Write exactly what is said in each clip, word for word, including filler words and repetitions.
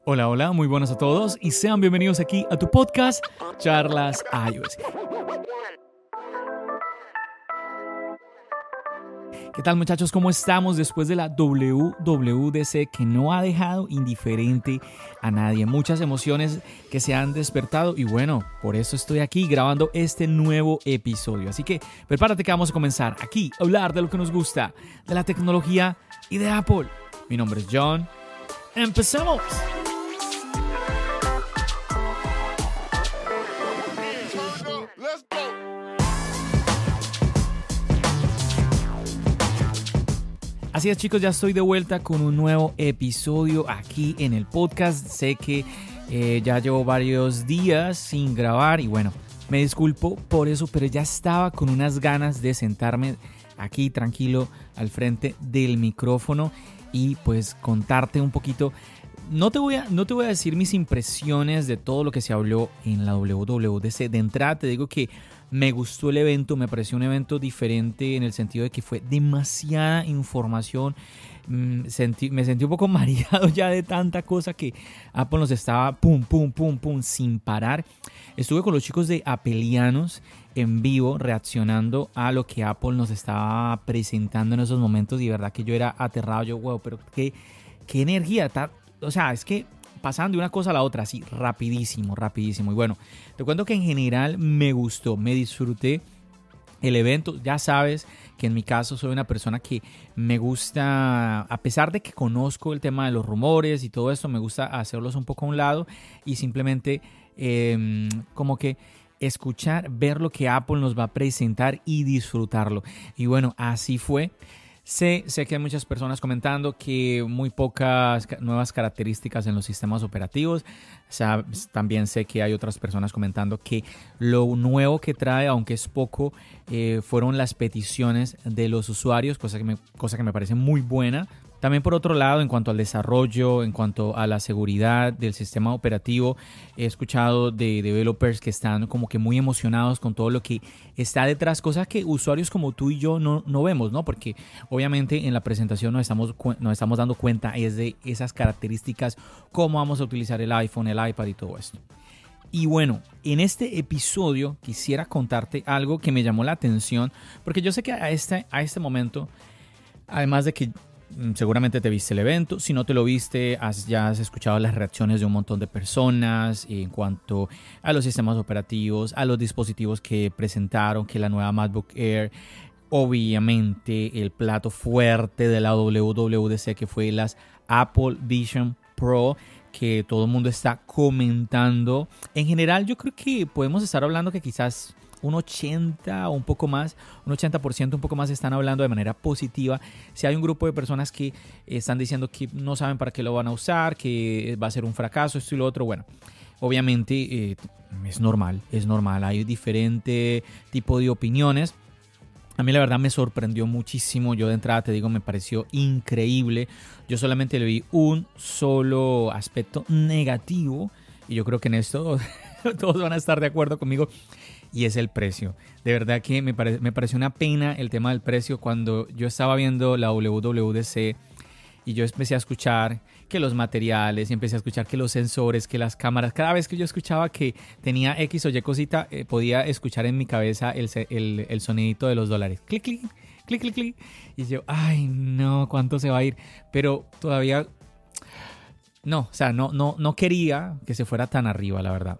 Hola, hola, muy buenas a todos y sean bienvenidos aquí a tu podcast Charlas iOS. ¿Qué tal, muchachos? ¿Cómo estamos después de la W W D C que no ha dejado indiferente a nadie? Muchas emociones que se han despertado y bueno, por eso estoy aquí grabando este nuevo episodio. Así que prepárate que vamos a comenzar aquí a hablar de lo que nos gusta, de la tecnología y de Apple. Mi nombre es John. ¡Empecemos! Así es, chicos, ya estoy de vuelta con un nuevo episodio aquí en el podcast. Sé que eh, ya llevo varios días sin grabar y bueno, me disculpo por eso, pero ya estaba con unas ganas de sentarme aquí tranquilo al frente del micrófono y pues contarte un poquito. No te, voy a, no te voy a decir mis impresiones de todo lo que se habló en la W W D C. De entrada te digo que me gustó el evento, me pareció un evento diferente en el sentido de que fue demasiada información. Mm, sentí, me sentí un poco mareado ya de tanta cosa que Apple nos estaba pum, pum, pum, pum, sin parar. Estuve con los chicos de Apelianos en vivo reaccionando a lo que Apple nos estaba presentando en esos momentos y de verdad que yo era aterrado. Yo, wow, pero qué, qué energía, está. O sea, es que pasaban de una cosa a la otra, así, rapidísimo, rapidísimo. Y bueno, te cuento que en general me gustó, me disfruté el evento. Ya sabes que en mi caso soy una persona que me gusta, a pesar de que conozco el tema de los rumores y todo esto, me gusta hacerlos un poco a un lado y simplemente eh, como que escuchar, ver lo que Apple nos va a presentar y disfrutarlo. Y bueno, así fue. Sé, sé que hay muchas personas comentando que muy pocas nuevas características en los sistemas operativos. O sea, también sé que hay otras personas comentando que lo nuevo que trae, aunque es poco, eh, fueron las peticiones de los usuarios, cosa que, me, cosa que me parece muy buena. También por otro lado, en cuanto al desarrollo, en cuanto a la seguridad del sistema operativo, he escuchado de developers que están como que muy emocionados con todo lo que está detrás, cosas que usuarios como tú y yo no, no vemos, ¿no? Porque obviamente en la presentación nos estamos, nos estamos dando cuenta es de esas características, cómo vamos a utilizar el iPhone, el iPad y todo esto. Y bueno, en este episodio quisiera contarte algo que me llamó la atención, porque yo sé que a este, a este momento, además de que seguramente te viste el evento. Si no te lo viste, has, ya has escuchado las reacciones de un montón de personas en cuanto a los sistemas operativos, a los dispositivos que presentaron, que la nueva MacBook Air, obviamente el plato fuerte de la W W D C que fue las Apple Vision Pro, que todo el mundo está comentando. En general yo creo que podemos estar hablando que quizás un ochenta o un poco más, un ochenta por ciento un poco más están hablando de manera positiva. Si hay un grupo de personas que están diciendo que no saben para qué lo van a usar, que va a ser un fracaso, esto y lo otro, bueno, obviamente eh, es normal, es normal, hay diferente tipo de opiniones. A mí la verdad me sorprendió muchísimo, yo de entrada te digo, me pareció increíble. Yo solamente le vi un solo aspecto negativo y yo creo que en esto todos van a estar de acuerdo conmigo. Y es el precio. De verdad que me, pare, me pareció una pena el tema del precio cuando yo estaba viendo la W W D C y yo empecé a escuchar que los materiales y empecé a escuchar que los sensores, que las cámaras. Cada vez que yo escuchaba que tenía X o Y cosita, eh, podía escuchar en mi cabeza el, el, el sonidito de los dólares. Clic, clic, clic, clic, clic. Y yo, ay no, ¿cuánto se va a ir? Pero todavía no, o sea, no, no, no quería que se fuera tan arriba, la verdad.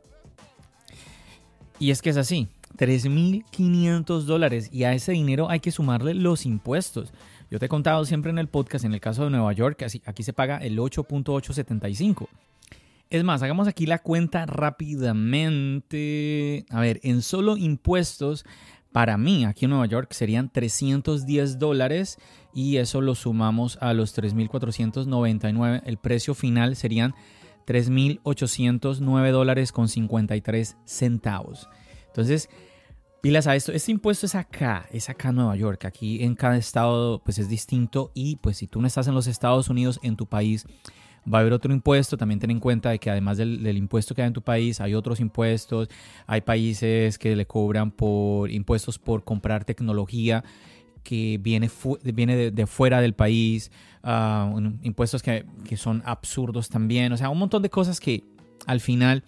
Y es que es así, tres mil quinientos dólares y a ese dinero hay que sumarle los impuestos. Yo te he contado siempre en el podcast, en el caso de Nueva York, así, aquí se paga el ocho punto ochocientos setenta y cinco. Es más, hagamos aquí la cuenta rápidamente. A ver, en solo impuestos, para mí aquí en Nueva York serían trescientos diez dólares y eso lo sumamos a los tres mil cuatrocientos noventa y nueve. El precio final serían tres mil ochocientos nueve dólares con cincuenta y tres centavos. Entonces, pilas a esto. Este impuesto es acá, es acá en Nueva York. Aquí en cada estado pues es distinto y pues si tú no estás en los Estados Unidos, en tu país va a haber otro impuesto. También ten en cuenta de que además del, del impuesto que hay en tu país, hay otros impuestos. Hay países que le cobran por impuestos por comprar tecnología que viene, fu- viene de, de fuera del país, uh, un, impuestos que, que son absurdos también, o sea, un montón de cosas que al final,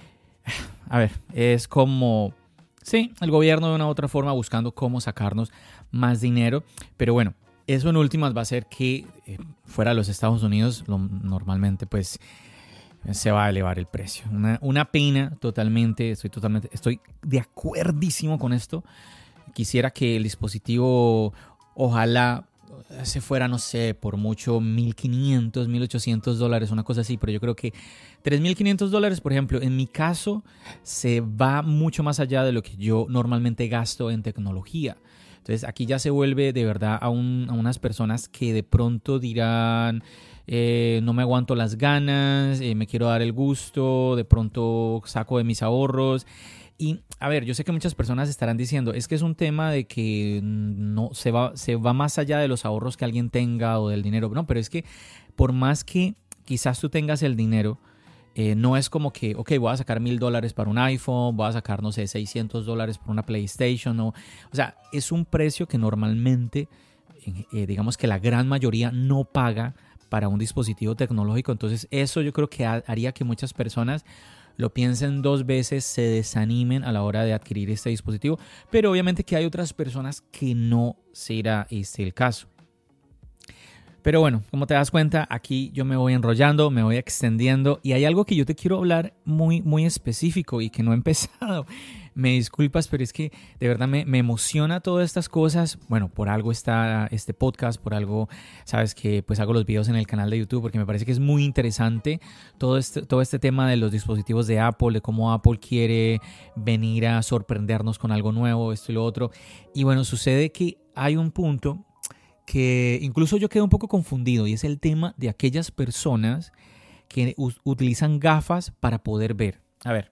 a ver, es como, sí, el gobierno de una u otra forma buscando cómo sacarnos más dinero, pero bueno, eso en últimas va a hacer que eh, fuera de los Estados Unidos lo, normalmente pues se va a elevar el precio. Una, una pena totalmente, estoy totalmente, estoy de acuerdísimo con esto. Quisiera que el dispositivo, ojalá se fuera, no sé, por mucho mil quinientos, mil ochocientos dólares, una cosa así, pero yo creo que tres mil quinientos dólares, por ejemplo, en mi caso, se va mucho más allá de lo que yo normalmente gasto en tecnología. Entonces aquí ya se vuelve de verdad a, un, a unas personas que de pronto dirán, eh, no me aguanto las ganas, eh, me quiero dar el gusto, de pronto saco de mis ahorros. Y a ver, yo sé que muchas personas estarán diciendo, es que es un tema de que no se va, se va más allá de los ahorros que alguien tenga o del dinero. No, pero es que por más que quizás tú tengas el dinero, Eh, no es como que, ok, voy a sacar mil dólares para un iPhone, voy a sacar, no sé, seiscientos dólares por una PlayStation. No. O sea, es un precio que normalmente, eh, digamos que la gran mayoría no paga para un dispositivo tecnológico. Entonces, eso yo creo que ha, haría que muchas personas lo piensen dos veces, se desanimen a la hora de adquirir este dispositivo. Pero obviamente que hay otras personas que no será este el caso. Pero bueno, como te das cuenta, aquí yo me voy enrollando, me voy extendiendo y hay algo que yo te quiero hablar muy, muy específico y que no he empezado. Me disculpas, pero es que de verdad me, me emociona todas estas cosas. Bueno, por algo está este podcast, por algo, sabes que pues hago los videos en el canal de YouTube porque me parece que es muy interesante todo este, todo este tema de los dispositivos de Apple, de cómo Apple quiere venir a sorprendernos con algo nuevo, esto y lo otro. Y bueno, sucede que hay un punto que incluso yo quedo un poco confundido y es el tema de aquellas personas que u- utilizan gafas para poder ver. A ver,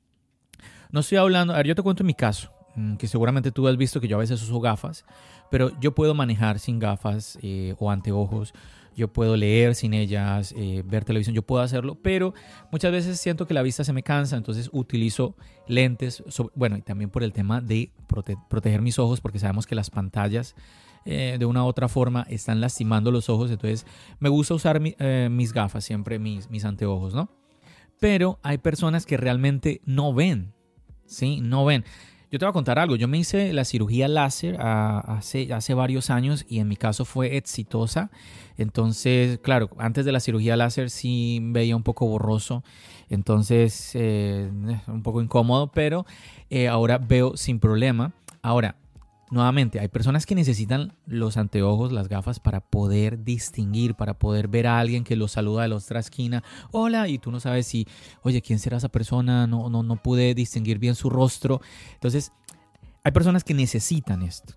no estoy hablando, a ver, yo te cuento mi caso, que seguramente tú has visto que yo a veces uso gafas, pero yo puedo manejar sin gafas eh, o anteojos, yo puedo leer sin ellas, eh, ver televisión, yo puedo hacerlo, pero muchas veces siento que la vista se me cansa, entonces utilizo lentes, sobre, bueno, y también por el tema de prote- proteger mis ojos, porque sabemos que las pantallas Eh, de una u otra forma están lastimando los ojos, entonces me gusta usar mi, eh, mis gafas, siempre mis, mis anteojos, ¿no? Pero hay personas que realmente no ven, ¿sí? No ven. Yo te voy a contar algo, yo me hice la cirugía láser a, hace, hace varios años y en mi caso fue exitosa, entonces, claro, antes de la cirugía láser sí veía un poco borroso, entonces eh, un poco incómodo, pero eh, ahora veo sin problema. Ahora, nuevamente, hay personas que necesitan los anteojos, las gafas para poder distinguir, para poder ver a alguien que los saluda de la otra esquina. Hola, y tú no sabes si, oye, ¿quién será esa persona? No, no, no pude distinguir bien su rostro. Entonces, hay personas que necesitan esto.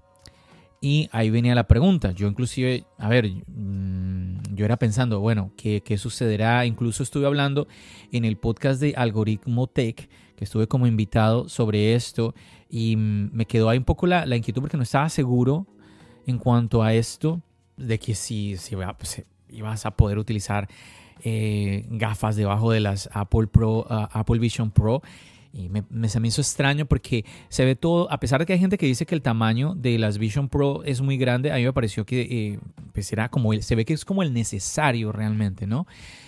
Y ahí venía la pregunta. Yo inclusive, a ver, yo era pensando, bueno, ¿qué, qué sucederá? Incluso estuve hablando en el podcast de Algoritmo Tech, que estuve como invitado sobre esto y me quedó ahí un poco la, la inquietud porque no estaba seguro en cuanto a esto, de que si, si pues, ibas a poder utilizar eh, gafas debajo de las Apple Pro, uh, Apple Vision Pro. Y me, me, se me hizo extraño porque se ve todo, a pesar de que hay gente que dice que el tamaño de las Vision Pro es muy grande, a mí me pareció que eh, pues era como el, se ve que es como el necesario realmente, ¿no?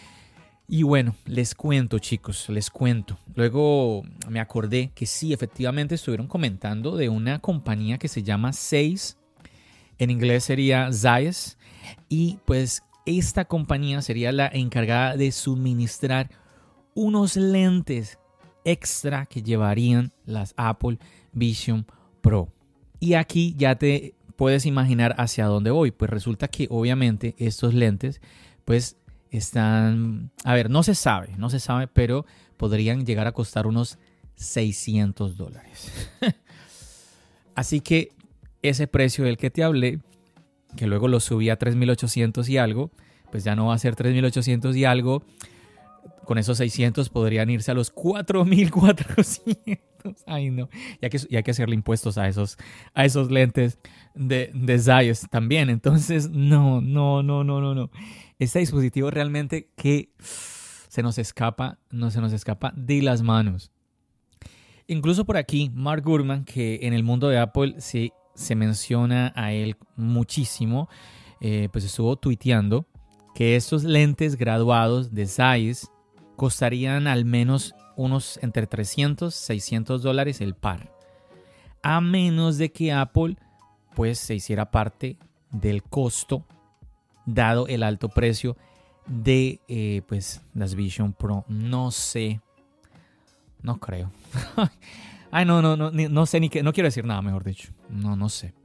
Y bueno, les cuento, chicos, les cuento. Luego me acordé que sí, efectivamente estuvieron comentando de una compañía que se llama Zeiss, en inglés sería Zeiss, y pues esta compañía sería la encargada de suministrar unos lentes extra que llevarían las Apple Vision Pro. Y aquí ya te puedes imaginar hacia dónde voy. Pues resulta que obviamente estos lentes pues están, a ver, no se sabe, no se sabe, pero podrían llegar a costar unos seiscientos dólares. Así que ese precio del que te hablé, que luego lo subí a tres mil ochocientos y algo, pues ya no va a ser tres mil ochocientos y algo. Con esos seiscientos podrían irse a los cuatro mil cuatrocientos. Ay, no. Y hay que, y hay que hacerle impuestos a esos, a esos lentes de, de Zeiss también. Entonces, no, no, no, no, no, no. Este dispositivo realmente que se nos escapa, no se nos escapa de las manos. Incluso por aquí, Mark Gurman, que en el mundo de Apple se se menciona a él muchísimo, eh, pues estuvo tuiteando que estos lentes graduados de Zeiss costarían al menos unos entre trescientos, seiscientos dólares el par, a menos de que Apple pues se hiciera parte del costo dado el alto precio de eh, pues las Vision Pro. No sé, no creo. Ay, no, no, no, no sé ni qué, no quiero decir nada, mejor dicho. No, no sé.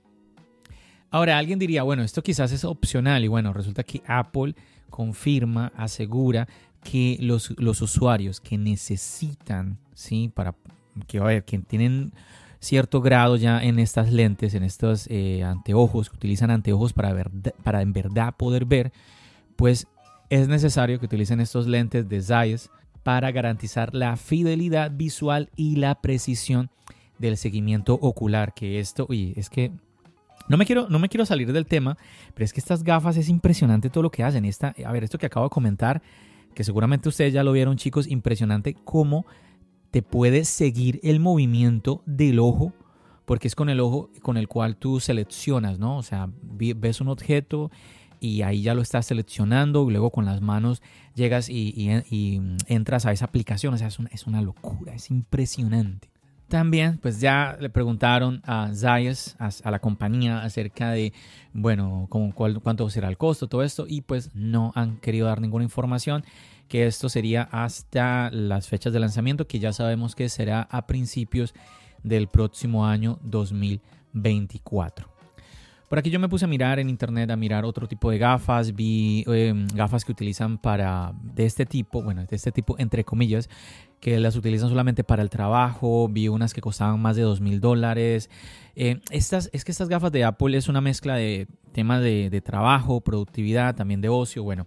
Ahora, alguien diría, bueno, esto quizás es opcional. Y bueno, resulta que Apple confirma, asegura que los, los usuarios que necesitan, ¿sí? Para que, a ver, que tienen cierto grado ya en estas lentes, en estos eh, anteojos, que utilizan anteojos para, ver, para en verdad poder ver, pues es necesario que utilicen estos lentes de Zeiss para garantizar la fidelidad visual y la precisión del seguimiento ocular. Que esto, oye, es que no me quiero, no me quiero salir del tema, pero es que estas gafas es impresionante todo lo que hacen. Esta, a ver, esto que acabo de comentar, que seguramente ustedes ya lo vieron, chicos, impresionante cómo te puede seguir el movimiento del ojo, porque es con el ojo con el cual tú seleccionas, ¿no? O sea, ves un objeto y ahí ya lo estás seleccionando, y luego con las manos llegas y, y, y entras a esa aplicación. O sea, es una, es una locura, es impresionante. También, pues ya le preguntaron a Zeiss, a, a la compañía, acerca de, bueno, cómo, cuál, cuánto será el costo, todo esto, y pues no han querido dar ninguna información, que esto sería hasta las fechas de lanzamiento, que ya sabemos que será a principios del próximo año dos mil veinticuatro. Por aquí yo me puse a mirar en internet, a mirar otro tipo de gafas. Vi eh, gafas que utilizan para, de este tipo, bueno, de este tipo entre comillas, que las utilizan solamente para el trabajo. Vi unas que costaban más de dos mil dólares. Eh, estas, es que estas gafas de Apple es una mezcla de temas de, de trabajo, productividad, también de ocio, bueno.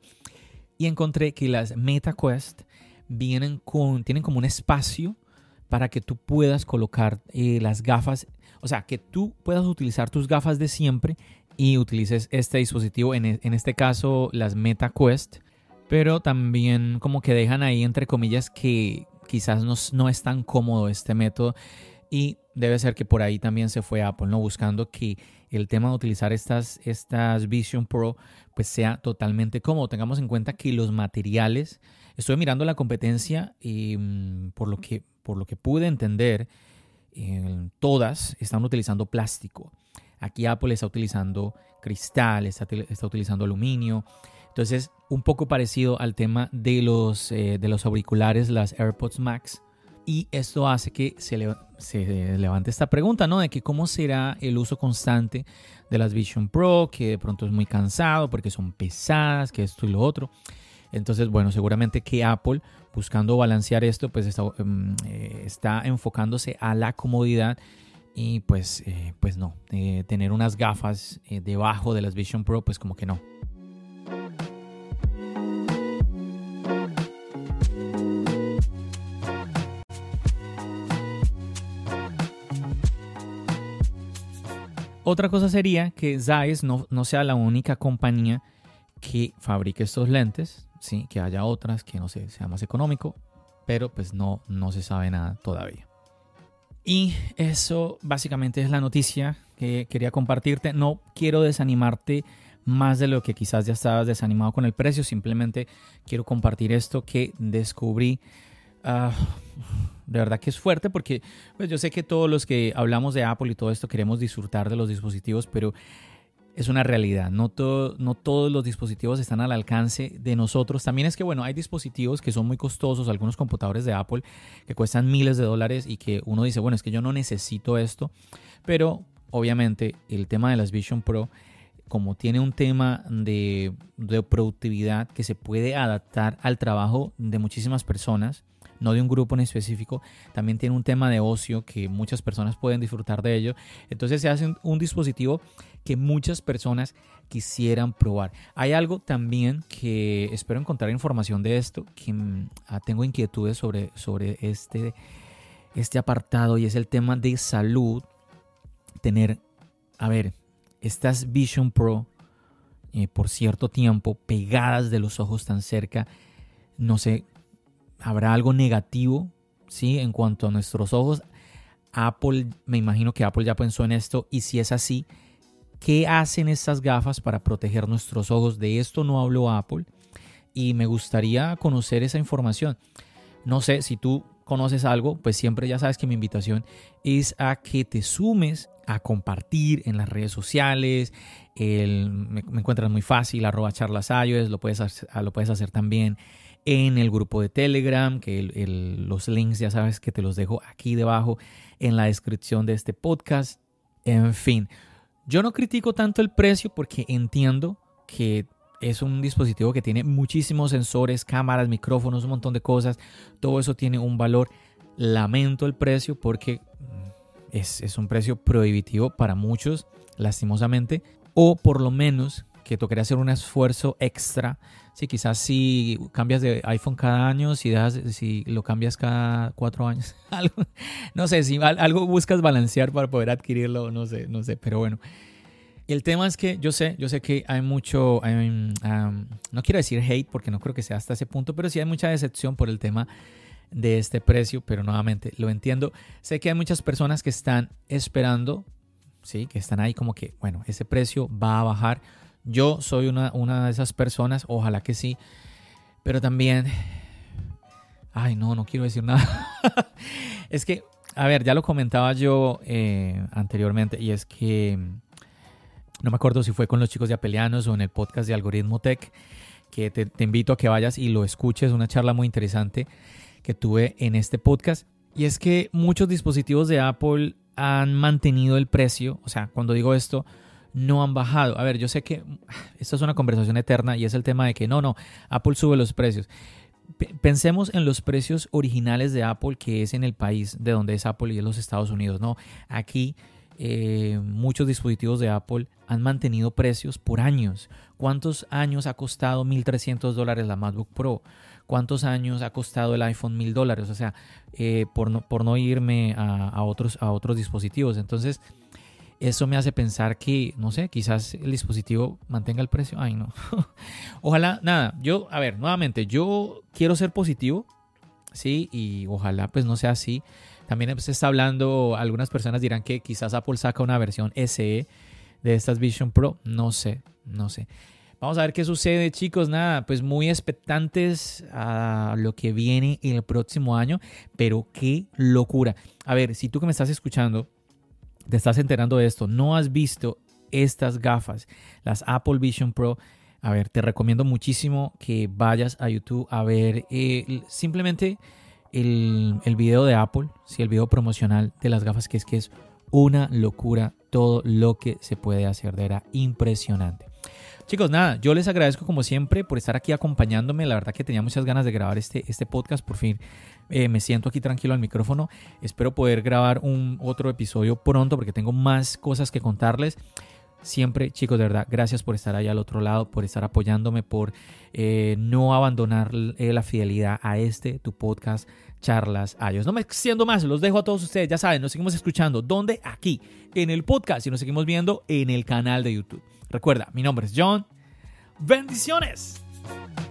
Y encontré que las MetaQuest vienen con, tienen como un espacio para que tú puedas colocar eh, las gafas. O sea, que tú puedas utilizar tus gafas de siempre y utilices este dispositivo, en, en este caso las MetaQuest, pero también como que dejan ahí entre comillas que quizás no, no es tan cómodo este método, y debe ser que por ahí también se fue Apple, ¿no? Buscando que el tema de utilizar estas, estas Vision Pro pues sea totalmente cómodo. Tengamos en cuenta que los materiales, estoy mirando la competencia y por lo que, por lo que pude entender, Eh, todas están utilizando plástico. Aquí Apple está utilizando cristal, está, está utilizando aluminio. Entonces, un poco parecido al tema de los, eh, de los auriculares, las AirPods Max. Y esto hace que se, le, se levante esta pregunta, ¿no? De que cómo será el uso constante de las Vision Pro, que de pronto es muy cansado porque son pesadas, que esto y lo otro. Entonces, bueno, seguramente que Apple, buscando balancear esto, pues está, eh, está enfocándose a la comodidad y pues, eh, pues no, eh, tener unas gafas eh, debajo de las Vision Pro, pues como que no. Otra cosa sería que Zeiss no, no sea la única compañía que fabrique estos lentes, sí, que haya otras que no sé, sea más económico, pero pues no, no se sabe nada todavía. Y eso básicamente es la noticia que quería compartirte. No quiero desanimarte más de lo que quizás ya estabas desanimado con el precio, simplemente quiero compartir esto que descubrí. Uh, de verdad que es fuerte, porque pues yo sé que todos los que hablamos de Apple y todo esto queremos disfrutar de los dispositivos, pero es una realidad, no, todo, no todos los dispositivos están al alcance de nosotros. También es que, bueno, hay dispositivos que son muy costosos, algunos computadores de Apple que cuestan miles de dólares y que uno dice, bueno, es que yo no necesito esto, pero obviamente el tema de las Vision Pro, como tiene un tema de, de productividad que se puede adaptar al trabajo de muchísimas personas, no de un grupo en específico, también tiene un tema de ocio que muchas personas pueden disfrutar de ello. Entonces se hace un dispositivo que muchas personas quisieran probar. Hay algo también que espero encontrar información de esto, que mm, tengo inquietudes sobre, sobre este, este apartado, y es el tema de salud. Tener, a ver, estas Vision Pro eh, por cierto tiempo pegadas de los ojos tan cerca, no sé, ¿habrá algo negativo, sí, en cuanto a nuestros ojos? Apple, me imagino que Apple ya pensó en esto, y si es así, ¿qué hacen estas gafas para proteger nuestros ojos? De esto no habló Apple y me gustaría conocer esa información. No sé, si tú conoces algo, pues siempre ya sabes que mi invitación es a que te sumes a compartir en las redes sociales. El, me, me encuentras muy fácil, arroba charlas iOS, lo puedes hacer, lo puedes hacer también en el grupo de Telegram, que el, el, los links ya sabes que te los dejo aquí debajo en la descripción de este podcast. En fin, yo no critico tanto el precio porque entiendo que es un dispositivo que tiene muchísimos sensores, cámaras, micrófonos, un montón de cosas. Todo eso tiene un valor. Lamento el precio porque es, es un precio prohibitivo para muchos, lastimosamente. O por lo menos que tocaría hacer un esfuerzo extra. Sí, quizás si cambias de iPhone cada año, si, dejas, si lo cambias cada cuatro años. algo, no sé, si algo buscas balancear para poder adquirirlo, no sé, no sé, pero bueno. El tema es que yo sé, yo sé que hay mucho, um, um, no quiero decir hate porque no creo que sea hasta ese punto, pero sí hay mucha decepción por el tema de este precio, pero nuevamente lo entiendo. Sé que hay muchas personas que están esperando, sí, que están ahí como que, bueno, ese precio va a bajar. Yo soy una, una de esas personas, ojalá que sí, pero también, ay no, no quiero decir nada. Es que, a ver, ya lo comentaba yo eh, anteriormente y es que no me acuerdo si fue con los chicos de Apelianos o en el podcast de Algoritmo Tech, que te, te invito a que vayas y lo escuches, una charla muy interesante que tuve en este podcast. Y es que muchos dispositivos de Apple han mantenido el precio, o sea, cuando digo esto, no han bajado. A ver, yo sé que esto es una conversación eterna y es el tema de que no, no, Apple sube los precios. P- pensemos en los precios originales de Apple, que es en el país de donde es Apple y en los Estados Unidos, ¿no? Aquí Eh, muchos dispositivos de Apple han mantenido precios por años. ¿Cuántos años ha costado mil trescientos dólares la MacBook Pro? ¿Cuántos años ha costado el iPhone mil dólares? O sea, eh, por, no, por no irme a, a, otros, a otros dispositivos. Entonces, eso me hace pensar que, no sé, quizás el dispositivo mantenga el precio. Ay, no. Ojalá, nada, yo, a ver, nuevamente, yo quiero ser positivo, sí, y ojalá pues no sea así. También se está hablando, algunas personas dirán que quizás Apple saca una versión S E de estas Vision Pro. No sé, no sé. Vamos a ver qué sucede, chicos. Nada, pues muy expectantes a lo que viene el próximo año. Pero qué locura. A ver, si tú que me estás escuchando, te estás enterando de esto, no has visto estas gafas, las Apple Vision Pro, a ver, te recomiendo muchísimo que vayas a YouTube a ver eh, simplemente el, el video de Apple, sí, el video promocional de las gafas, que es que es una locura todo lo que se puede hacer, de verdad, impresionante. Chicos, nada, yo les agradezco como siempre por estar aquí acompañándome. La verdad que tenía muchas ganas de grabar este, este podcast. Por fin eh, me siento aquí tranquilo al micrófono. Espero poder grabar un otro episodio pronto porque tengo más cosas que contarles. Siempre, chicos, de verdad, gracias por estar ahí al otro lado, por estar apoyándome, por eh, no abandonar eh, la fidelidad a este, tu podcast, Charlas iOS. No me extiendo más, los dejo a todos ustedes. Ya saben, nos seguimos escuchando. ¿Dónde? Aquí, en el podcast, y nos seguimos viendo en el canal de YouTube. Recuerda, mi nombre es John. ¡Bendiciones!